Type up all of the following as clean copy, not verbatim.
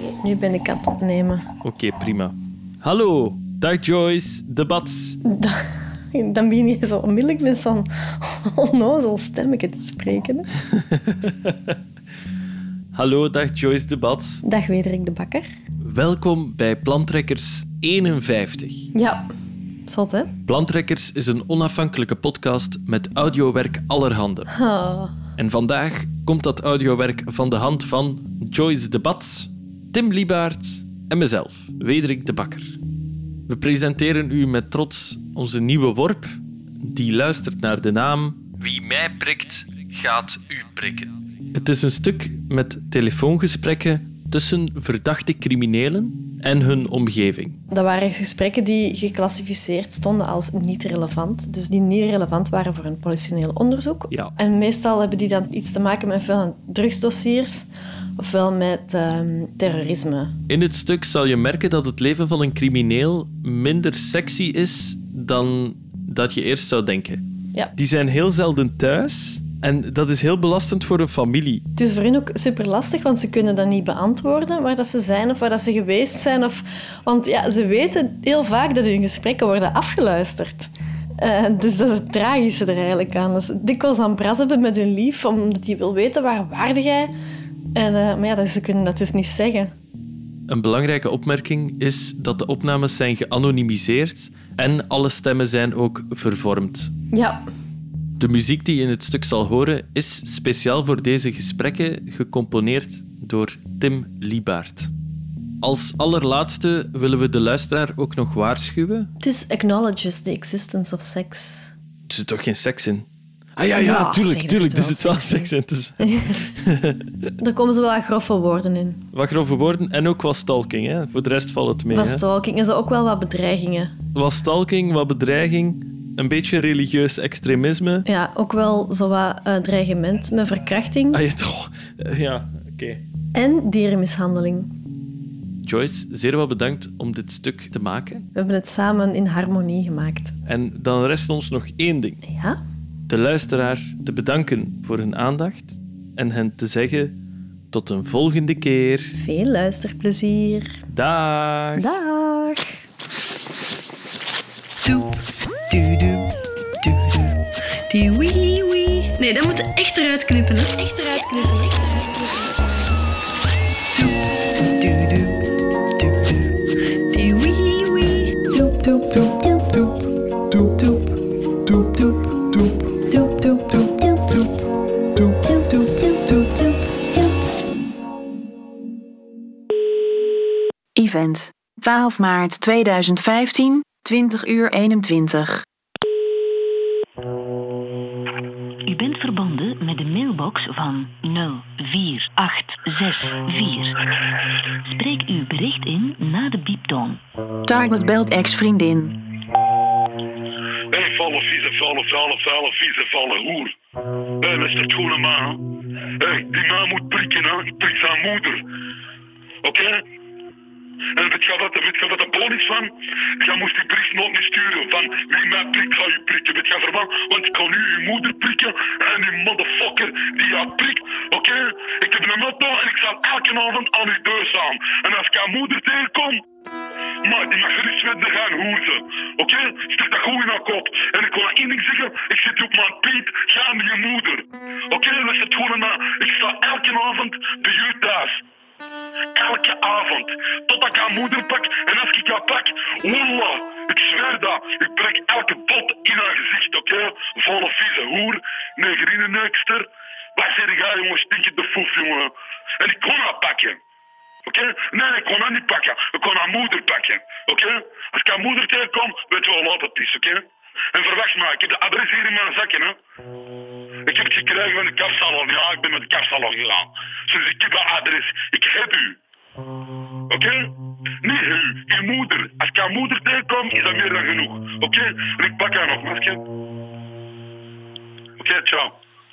Nu ben ik aan het opnemen. Oké, prima. Hallo, dag Joyce, de Bats. Dan begin je zo onmiddellijk met zo'n onnozel stemmetje te spreken. Hè? Hallo, dag Joyce, de Bats. Dag Wederik de Bakker. Welkom bij Plantrekkers 51. Ja, zot hè? Plantrekkers is een onafhankelijke podcast met audiowerk allerhande. Oh. En vandaag komt dat audiowerk van de hand van Joyce de Bats, Tim Liebaert en mezelf, Wederik de Bakker. We presenteren u met trots onze nieuwe worp, die luistert naar de naam Wie mij prikt, gaat u prikken. Het is een stuk met telefoongesprekken tussen verdachte criminelen en hun omgeving. Dat waren gesprekken die geclassificeerd stonden als niet relevant. Dus die niet relevant waren voor een politioneel onderzoek. Ja. En meestal hebben die dan iets te maken met ofwel drugsdossiers ofwel met terrorisme. In het stuk zal je merken dat het leven van een crimineel minder sexy is dan dat je eerst zou denken. Ja. Die zijn heel zelden thuis en dat is heel belastend voor een familie. Het is voor hen ook super lastig, want ze kunnen dan niet beantwoorden waar dat ze zijn of waar dat ze geweest zijn. Want ja, ze weten heel vaak dat hun gesprekken worden afgeluisterd. Dus dat is het tragische er eigenlijk aan. Dat ze dikwijls aan bras hebben met hun lief, omdat die wil weten waar waarde jij. Maar ja, ze kunnen dat dus niet zeggen. Een belangrijke opmerking is dat de opnames zijn geanonimiseerd en alle stemmen zijn ook vervormd. Ja. De muziek die je in het stuk zal horen is speciaal voor deze gesprekken gecomponeerd door Tim Liebaert. Als allerlaatste willen we de luisteraar ook nog waarschuwen. Het is acknowledges the existence of sex. Er zit toch geen seks in? Ah ja, tuurlijk. Er zit wel seks in. Dus. Daar komen zo wel grove woorden in. Wat grove woorden en ook wat stalking. Hè? Voor de rest valt het mee. Wat stalking en zo ook wel wat bedreigingen. Wat stalking, wat bedreiging, een beetje religieus extremisme. Ja, ook wel zo wat dreigement met verkrachting. Ah, ja, oké. En dierenmishandeling. Joyce, zeer wel bedankt om dit stuk te maken. We hebben het samen in harmonie gemaakt. En dan rest ons nog één ding. Ja? De luisteraar te bedanken voor hun aandacht en hen te zeggen tot een volgende keer. Veel luisterplezier. Dag. Dag. Doep, doedoe, doedoe, die wee wee. Nee, dat moet je echt eruit knippen, hè? Echt eruit knippen, echt eruit knippen. Doep, doedoe, doedoe, die wee wee. Doep, doep, doep, doep, doep, doep, doep, doep, doep, doep. Doep, doep, doep, doep, doep. Doep, doep, doep, doep, doep, doep. Event 12 maart 2015, 20:21. U bent verbonden met de mailbox van 04864. Spreek uw bericht in na de bieptoon. Target belt ex-vriendin. Hé, vuile, vieze, vuile hoer. Hé, luister het gewoon naar me. Hé, die man moet prikken, hè. Ik prik zijn moeder. Oké? En weet je wat de bon is van? Jij moest die bericht nooit meer sturen. Van wie mij prikt, ga je prikken. Weet je waarvan? Want ik kan nu uw moeder prikken. En die motherfucker die jou prikt. Oké? Ik heb een auto en ik zal elke avond aan uw deur staan. En als ik aan moeder tegenkom... Maar die mag gerust met de gaan hoerzen. Oké? Stek dat goed in haar kop. En ik wil één ding zeggen. Ik zit op mijn Piet. Ga naar je moeder. Oké? Luister het gewoon naar. Ik sta elke avond bij u thuis. Elke avond. Totdat ik haar moeder pak. En als ik haar pak. Wallah. Ik zweer dat. Ik breek elke bot in haar gezicht. Oké? Volle vieze hoer. Negerinnenneukster. Wat zeg jij, jongen? Stink je de foef, jongen. En ik kon haar pakken. Oké? Nee, ik kon haar niet pakken. Ik kon haar moeder pakken. Oké? Als ik haar moeder tegenkom, weet je wel wat het is, oké? En verwacht maar, ik heb de adres hier in mijn zakken, hè? Ik heb het gekregen van de kapsalon. Ja, ik ben met de kapsalon gegaan. Dus ik heb dat adres. Ik heb u. Oké? Niet u, uw moeder. Als ik haar moeder tegenkom, is dat meer dan genoeg. Oké? En ik pak haar nog, masker. Oké, ciao.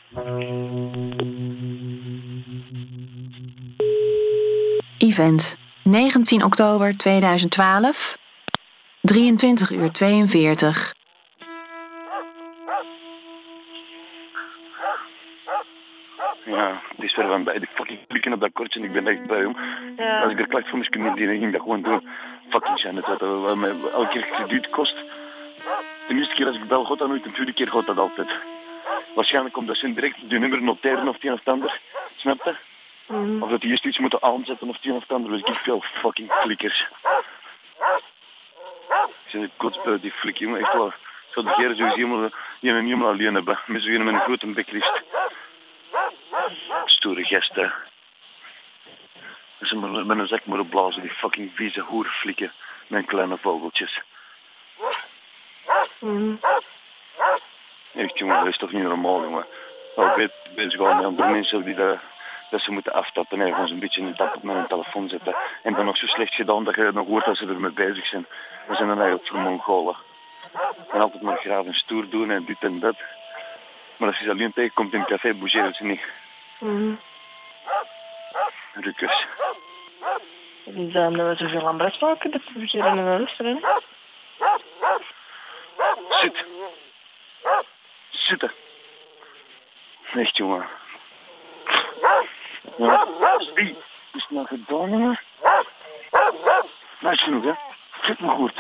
Event 19 oktober 2012, 23:42. Ja, het is weer van bij die fucking klikken op dat kortje. Ik ben echt bij hem. Ja. Als ik er klacht voor moest kunnen dienen, ging dat gewoon doen. Fucking zijn het, wat mij elke keer krediet kost. De eerste keer als ik bel, gaat dat nooit. De tweede keer gaat dat altijd. Waarschijnlijk omdat ze direct de nummer noteren of het een of het ander. Snap je? Of dat die eerst iets moeten aanzetten of het een of het ander. Dus ik heb veel fucking flikkers. Ik zeg, kots bij die flik, jongen. Echt wel. Ik zou de keren sowieso helemaal alleen hebben. Met zo'n met een grote bek liefst. Stoere gasten. Ze met een zak moeten blazen, die fucking vieze hoerflikken. Met kleine vogeltjes. Echt, jongen, dat is toch niet normaal, jongen. Ik ben gewoon met andere mensen die dat ze moeten aftappen. En gewoon zo'n beetje een tap op mijn telefoon zetten. En dan nog zo slecht gedaan dat je nog hoort dat ze ermee bezig zijn. We zijn dan eigenlijk voor Mongolen. En altijd maar graag en stoer doen en dit en dat. Maar als je ze alleen tegenkomt in het café, bougeren ze niet. Rukkers. Dus dat we zoveel aan bres maken, dat we beginnen naar een restaurant. Zit. Zitten. Echt, jongen. Ja. Hey, is het nou gedaan, jongen? Nou is genoeg, hè. Zit me goed, hè.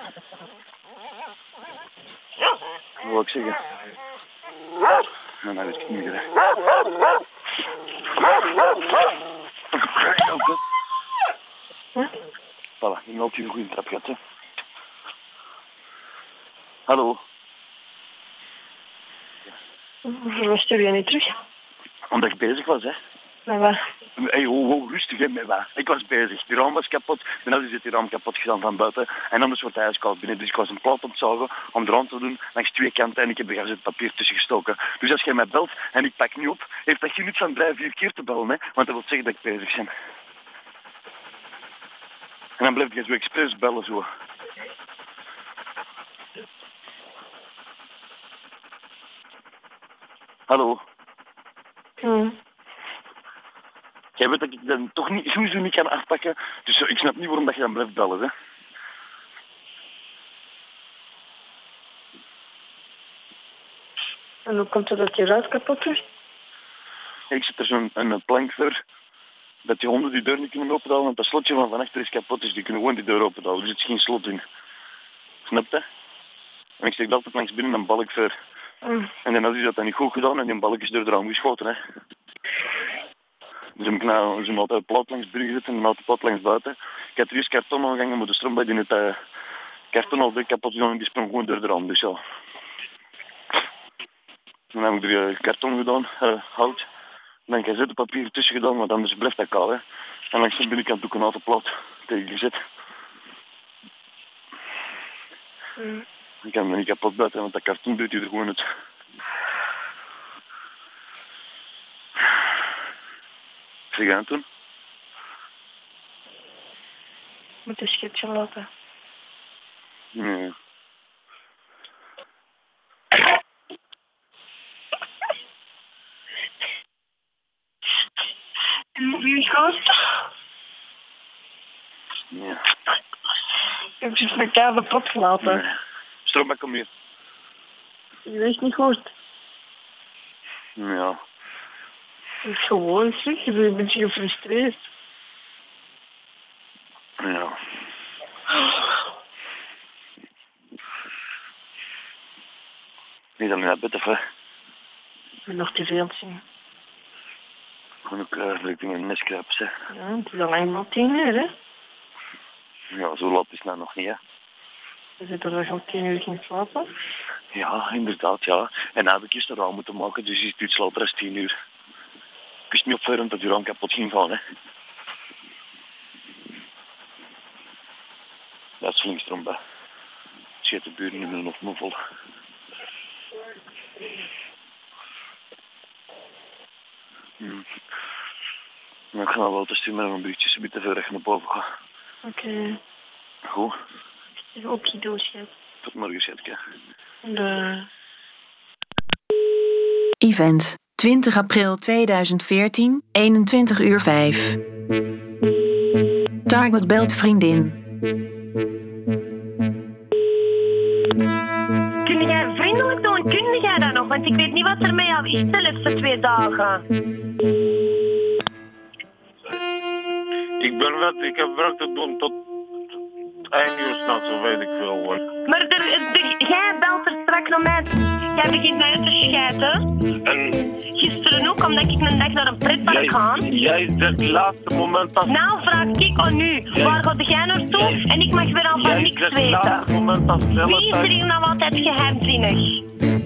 Wat wil ik zeggen? Nou, weet ik het niet, hè. Voilà, nu loopt hier een goede trap gehad, hè. Hallo. Waarom stuur je niet terug? Omdat ik bezig was, hè. Maar wat? Hey, ho, rustig, hè, met wat? Ik was bezig. Die raam was kapot. En dan is die raam kapot gedaan van buiten. En anders wordt hij ijskoud binnen. Dus ik was een plaat ontzagen om er aan te doen langs twee kanten. En ik heb er het papier tussen gestoken. Dus als jij mij belt en ik pak niet op, heeft dat geen nut van 3-4 keer te bellen, hè. Want dat wil zeggen dat ik bezig ben. En dan blijf je zo expres bellen, zo. Hallo. Jij weet dat ik dan toch niet, sowieso niet kan afpakken. Dus ik snap niet waarom dat je dan blijft bellen, hè. En hoe komt het dat je ruit kapot is? Ik zit er zo'n plank voor. Dat die honden die deur niet kunnen openhouden. Want dat slotje van achter is kapot. Dus die kunnen gewoon die deur openhouden. Er zit geen slot in. Snap je? En ik steek dat altijd langs binnen een balk voor. En dan had hij dat niet goed gedaan. En die balk is door de raam geschoten, hè. Dus heb ik nou zo'n altijd plat langs binnen gezet en een altijd plat langs buiten. Ik had er eerst karton aangehangen, maar de stroombad in het karton al dik kapot gedaan en die sprong gewoon door de raam. Dus ja. Dan heb ik er karton gedaan, hout. Dan heb ik gazettenpapier tussen gedaan, want anders blijft dat kaal, hè. En langs de binnenkant ook een altijd plat tegen gezet. Ik kan hem niet kapot buiten, want dat karton doet hij er gewoon uit. Zeg je aan toen? Moet een schetsje lopen. Nee. En moet je goed? Ja. Ik heb je elkaar de pot gelaten. Nee. Stroombak, kom hier. Je is niet goed. Ja. Het is gewoon zeg, je bent een beetje gefrustreerd. Ja. Niet alleen naar bed, of hè? Ik ben nog te veel aan het zien. Gewoon ook eigenlijk in mijn mes kruipen, hè. Ja, het is al lang maar 10 uur, hè. Ja, zo laat is het nou nog niet, hè. Je zit er al 10 uur in slapen. Ja, inderdaad, ja. En dan heb ik eerst een raam moeten maken, dus is het iets later dan 10 uur. Ik wist niet opverend dat die raam kapot ging gaan, hè. Dat is flink stroom bij. Scheet de buren in mijn nog vol. Maar ik ga wel te sturen met een berichtje, zodat ik te veel recht naar boven ga. Oké. Goed. Okidoosje. Tot morgen, schatje. Event 20 april 2014, 21:05. Target belt vriendin. Kun jij vriendelijk doen? Kun jij dat nog? Want ik weet niet wat er met jou is de laatste 2 dagen. Ik Ik heb werk te doen tot 1 uur s'nachts, zo weet ik veel. Maar jij belt er straks naar mij. Jij begint mij uit te schijten. En Gisteren ook, omdat ik een dag naar een pretpark ga. jij zegt het laatste moment dat... Nou vraag ik aan u, waar gaat jij naartoe? En ik mag weer al van niks Jij zegt het laatste weten. moment dat... Wie is er hier nou altijd geheimzinnig?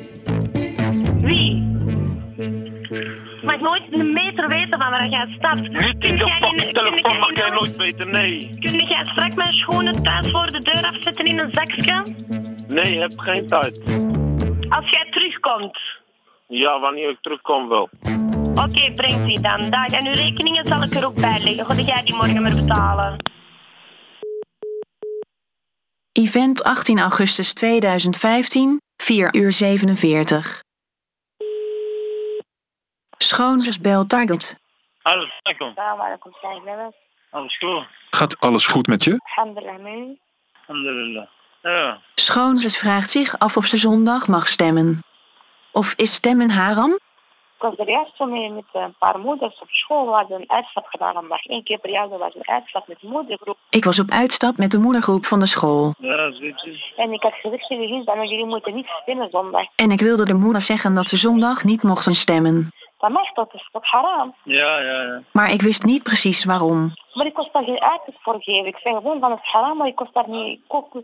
Wie? Ik mag nooit een meter weten van waar jij stapt. Niet in de fucking telefoon mag jij nooit weten, nee. Kun jij straks mijn schoenen thuis voor de deur afzetten in een zakje? Nee, je hebt geen tijd. Als jij terugkomt. Ja, wanneer ik terugkom wel. Oké, brengt die dan. Dag. En uw rekeningen zal ik er ook bij leggen. Ga jij die morgen maar betalen? Event 18 augustus 2015, 4:47. Schoonzus belt Target. Alles goed. Assalamualaikum, salam. Alles goed. Gaat alles goed met je? Alhamdulillah, man. Alhamdulillah. Ja. Schoonzus vraagt zich af of ze zondag mag stemmen. Of is stemmen haram? Ik was er juist zo mee met een paar moeders op school. We hadden een uitstap gedaan om 1 keer per jaar. Dat was een uitstap met de moedergroep. Ik was op uitstap met de moedergroep van de school. Ja, ziet je. En ik had gezegd tegen jullie, dat jullie moeten niet stemmen zondag. En ik wilde de moeder zeggen dat ze zondag niet mochten stemmen. Dat mag, dat is toch haram? Ja. Maar ik wist niet precies waarom. Maar ik kost daar geen uitleg voor geven. Ik zeg gewoon van het is haram, maar ik kost daar niet...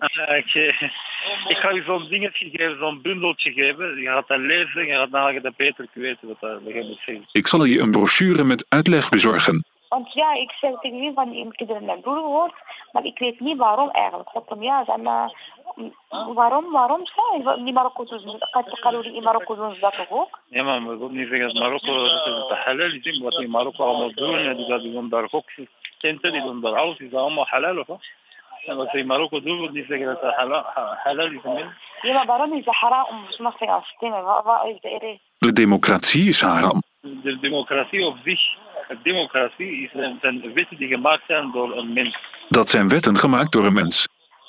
Ik ga je zo'n dingetje geven, zo'n bundeltje geven. Je gaat dat lezen en je gaat nagaan dat beter weten wat je moet zeggen. Ik zal je een brochure met uitleg bezorgen. Want ja, ik zeg tegen jullie van, ik heb er mijn broer gehoord, maar ik weet niet waarom eigenlijk. God om ja, en, waarom zou je in Marokko doen? In Marokko doen ze dat toch ook? Ja, maar ik wil niet zeggen dat Marokko dat halal is. Wat die in Marokko allemaal doen, die doen daar gokcenten, die doen daar alles, is allemaal halal, of wat? En wat ze in Marokko doen, wil niet zeggen dat dat halal is. Ja, maar waarom is het haram om zondag te gaan stemmen? Wat is de reden? De democratie is haram. De democratie op zich, democratie zijn wetten die gemaakt zijn door een mens. Dat zijn wetten gemaakt door een mens.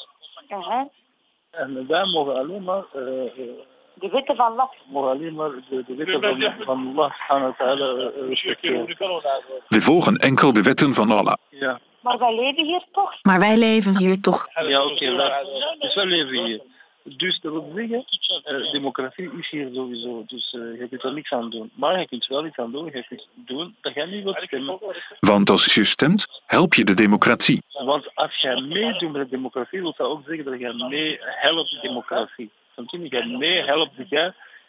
En wij mogen alleen maar... de wetten van Allah. mogen alleen maar de wetten van Allah subhanahu wa ta'ala respecteren. We volgen enkel de wetten van Allah. Ja. Maar wij leven hier toch? Maar wij leven hier toch. Ja, oké. Dus wij leven hier. Dus dat wil zeggen, democratie is hier sowieso. Dus je kunt er niks aan doen. Maar je kunt wel iets aan doen. Je kunt doen dat jij niet wilt stemmen. Want als je stemt, help je de democratie. Want als jij meedoet met de democratie, wil dat ook zeggen dat jij mee helpt de democratie. Want jij mee helpt jij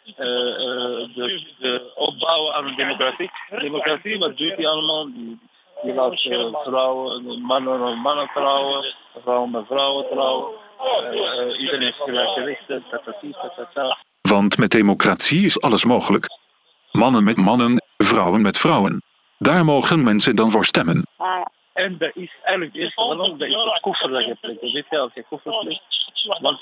de opbouwen aan een democratie. Democratie, wat doet die allemaal? Die laat vrouwen, mannen trouwen, vrouwen met vrouwen trouwen. Iedereen heeft gelijke rechten, tatata. Want met democratie is alles mogelijk. Mannen met mannen, vrouwen met vrouwen. Daar mogen mensen dan voor stemmen. En dat is eigenlijk het eerste van ons, dat is de koffer dat je pleegt. Dat weet je als je koffer pleegt. Want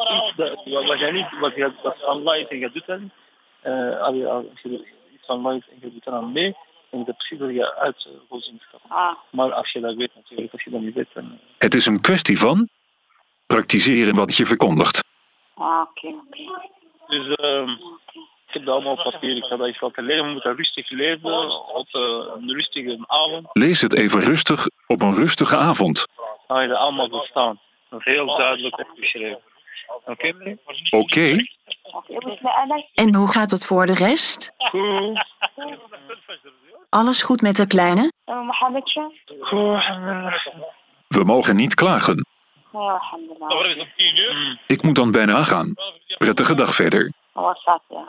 wat Allah is en je doet dat niet. Als je iets van Allah is en je doet dat aan mee, dan is het precies dat je uit godsdienst stapt. Maar als je dat weet natuurlijk, als je dat niet weet, dan... Het is een kwestie van praktiseren wat je verkondigt. Oké. Dus ik heb dat allemaal op papier. Ik ga dat eens laten lezen. We moeten rustig lezen op een rustige avond. Lees het even rustig op een rustige avond. Dan ga je dat allemaal verstaan. Dat is heel duidelijk opgeschreven. Oké, meneer? Oké. En hoe gaat het voor de rest? Goed. Alles goed met de kleine? Mohammedje? Goed. We mogen niet klagen. Ja, alhamdulillah. Ik moet dan bijna gaan. Prettige dag verder. Wat staat er?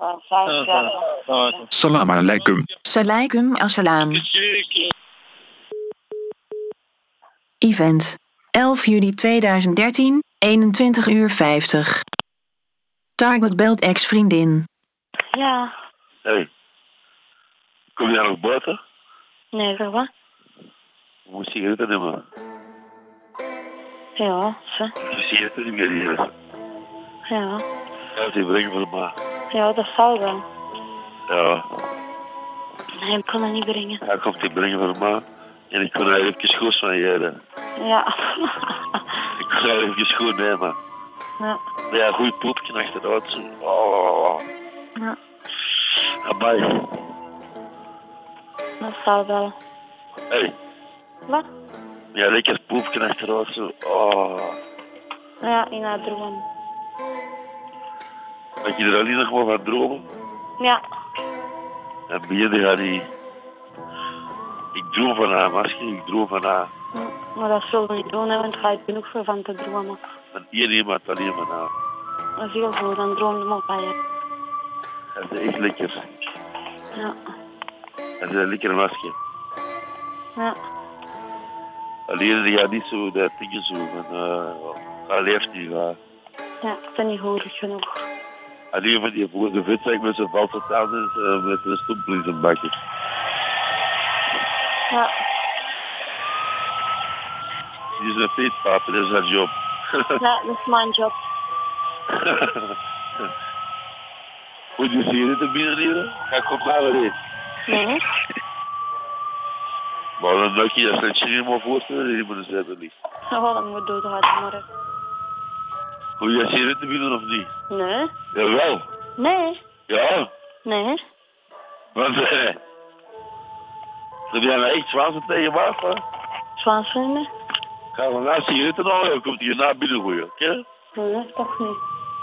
Salam alaikum. Salaikum assalam. Event 11 juli 2013, 21:50. Target belt ex-vriendin. Ja. Hey. Kom jij nog buiten? Nee, zeg wat? Je moet sigaretten nemen. Ja, zo. Sigaretten niet meer hier. Ja. Ja, die brengen voor mij. Ja, dat zal wel. Ja. Nee, ik kan dat niet brengen. Hij komt die brengen voor mij. En ik kon eigenlijk even goed van jaren. Ja. Ik kon eigenlijk even goed nemen. Ja. Ja, goed poepje achteruit. Oh. Ja. Amai. Dat zal wel. Hey. Wat? Ja, lekker poepje achteruit zo. Oh. Ja, in haar droom. Had je er alleen nog maar van dromen? Ja. En beneden gaat die... Ik droom van haar, masker, ik droom van haar. Maar dat zullen we niet doen, hè, want daar ga je genoeg voor van te dromen. Van één iemand alleen van haar. Dat is heel goed, dan droom je maar bij je. Dat is echt lekker. Ja. Dat is een lekker masker. Ja. Alleen die gaat niet zo, dat dingen zo van... Haar leeft niet, ja. Ja, dat is niet goed genoeg. Alleen van die volgende vetzak met zijn valse tanden met een stompel in zijn bakje. Ja. Die is een feestpaper, dat is haar job. Ja, dat is mijn job. Moet je sigaretten binnenleren? Ga ik op naar beneden. Nee. Maar dan denk je dat je niet meer voorstellen, die moet er niet. Ja, dan moet je dood morgen. Moet je sigaretten binnen of niet? Nee. Jawel. Nee. Ja. Nee. Want heb jij nou echt zwaansen tegen water? Zwaansen? Ga we naar sigaretten halen, dan komt hij naar binnen gooien, oké? Nee, toch niet.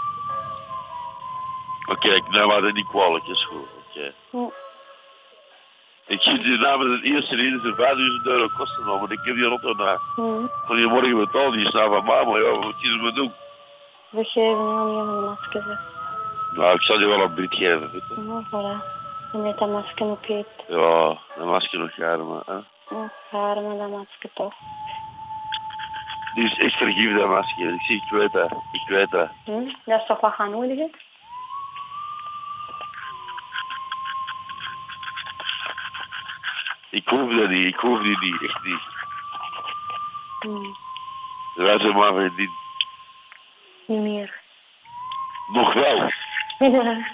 Oké, nou maar dat niet kwalijk is goed, oké. Ja. Ik zie die namen het eerste reden zijn €5.000 kosten nog, want ik heb die Rotterdam. Van die morgen betaald, die is nou van mij, maar ja, wat kunnen we doen? We geven jou niet aan de masker. Hè. Nou, ik zal je wel een brief geven, weet je. Ja, voilà. En net dat masker ook eet. Ja, dat masker nog jaren, maar hè. Ja, garen met dat masker toch. Die is echt vergif, dat masker. Ik weet dat. Ik weet dat. Dat is toch wat gaan nodig is? Ik hoef dat niet, ik hoef die niet, echt niet. Dat is maar vriendin. Niet meer. Nog wel. Ja.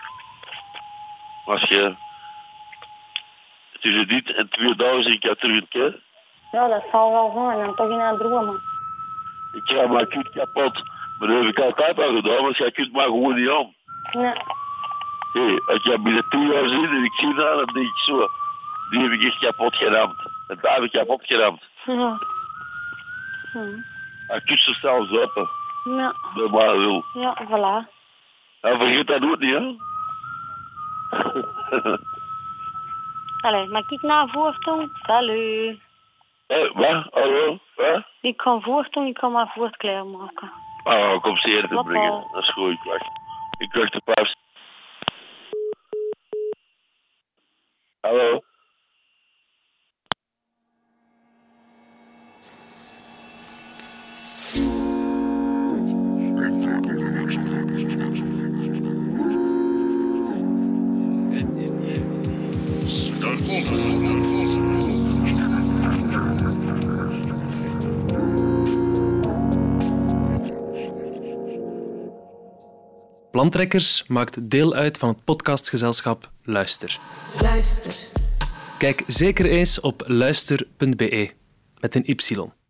Als je tussen dit en 2000 keer terug, hè? Ja, dat zal wel zijn. En toch in haar dromen. Ik ga mijn kut kapot. Maar dat heb ik altijd al gedaan, want jij kunt maar gewoon niet aan. Nee. Hé, als je binnen 10 jaar ziet en ik zie dat, dan denk ik zo... Die heb ik echt kapot geramd. En daar heb ik kapot geramd. Ja. Hij kust er zelfs open. Ja. Dat maar wil. Ja, voilà. En vergeet dat ook niet, hè? Allee, mag ik naar voren doen? Salut. Wat? Hallo? Wat? Ik kan voortdoen, ik kan maar voort klaarmaken. Ah, kom zeer te Papa. brengen. Dat is goed, ik wacht. Ik wacht de pauze. Hallo? Plantrekkers maakt deel uit van het podcastgezelschap Luister. Luister. Kijk zeker eens op luister.be met een Y.